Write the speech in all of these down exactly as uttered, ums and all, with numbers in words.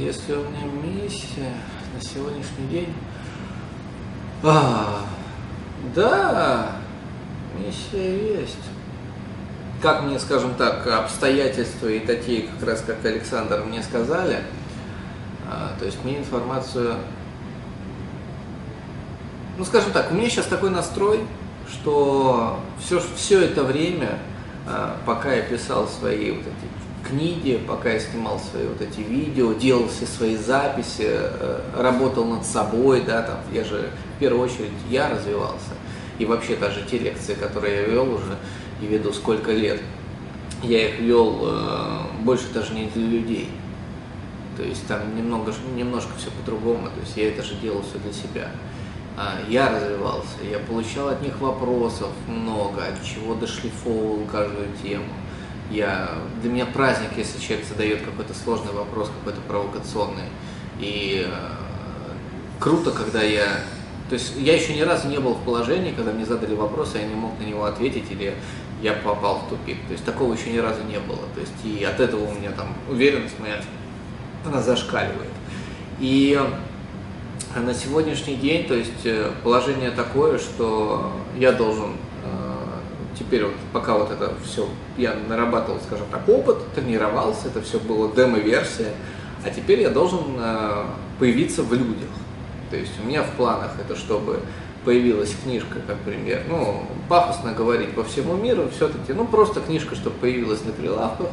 если у меня миссия на сегодняшний день... А, да, миссия есть. Как мне, скажем так, обстоятельства и такие, как раз как Александр мне сказали, а, то есть мне информацию... Ну, скажем так, у меня сейчас такой настрой, что все, все это время, а, пока я писал свои вот эти книги, пока я снимал свои вот эти видео, делал все свои записи, работал над собой, да, там, я же, в первую очередь, я развивался. И вообще даже те лекции, которые я вел уже и веду сколько лет, я их вел э, больше даже не для людей. То есть там немного, немножко все по-другому, то есть я это же делал все для себя. А, я развивался, я получал от них вопросов много, от чего дошлифовывал каждую тему. Я, для меня праздник, если человек задает какой-то сложный вопрос, какой-то провокационный. И э, круто, когда я... То есть я еще ни разу не был в положении, когда мне задали вопрос, а я не мог на него ответить, или я попал в тупик. То есть такого еще ни разу не было. То есть и от этого у меня там уверенность моя, она зашкаливает. И на сегодняшний день, то есть положение такое, что я должен... Теперь вот пока вот это все, я нарабатывал, скажем так, опыт, тренировался, это все было демо-версия, а теперь я должен э, появиться в людях. То есть у меня в планах это, чтобы появилась книжка, как пример, ну, пафосно говорить по всему миру, все-таки, ну, просто книжка, чтобы появилась на прилавках,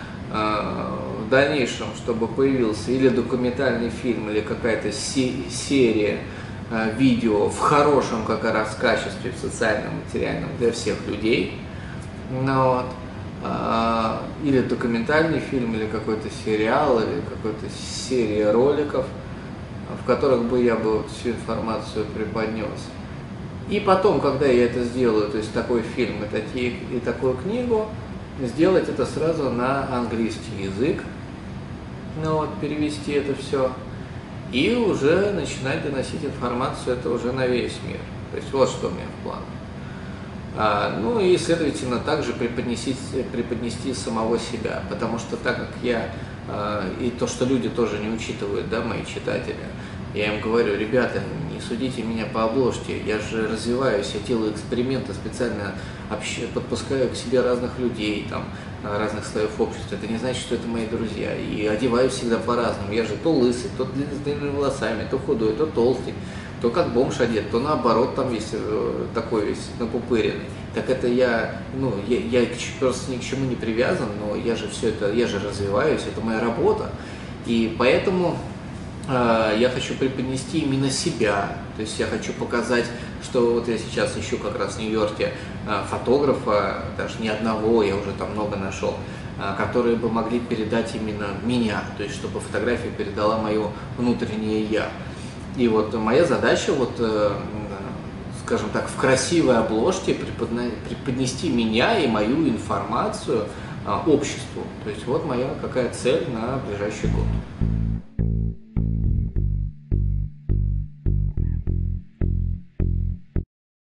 э, в дальнейшем, чтобы появился или документальный фильм, или какая-то се- серия, видео в хорошем как раз качестве, в социальном, материальном для всех людей, ну, вот. а, или документальный фильм, или какой-то сериал, или какая-то серия роликов, в которых бы я бы всю информацию преподнес. И потом, когда я это сделаю, то есть такой фильм и, такие, и такую книгу, сделать это сразу на английский язык, ну, вот, перевести это все. И уже начинать доносить информацию это уже на весь мир. То есть вот что у меня в планах. А, ну и, следовательно, также преподнести, преподнести самого себя. Потому что так как я, а, и то, что люди тоже не учитывают, да, мои читатели, я им говорю: ребята, не судите меня по обложке, я же развиваюсь, я делаю эксперименты, специально общ... подпускаю к себе разных людей, там, разных слоев общества. Это не значит, что это мои друзья. И одеваюсь всегда по-разному. Я же то лысый, то с длинными волосами, то худой, то толстый, то как бомж одет, то наоборот там весь такой весь напупыренный. Так это я, ну, я, я просто ни к чему не привязан, но я же все это, я же развиваюсь, это моя работа. И поэтому э, я хочу преподнести именно себя. То есть я хочу показать, что вот я сейчас ищу как раз в Нью-Йорке э, фотографа, даже не одного, я уже там много нашел, э, которые бы могли передать именно меня, то есть чтобы фотография передала мое внутреннее я. И вот моя задача, вот, э, скажем так, в красивой обложке преподнести меня и мою информацию э, обществу. То есть вот моя какая цель на ближайший год.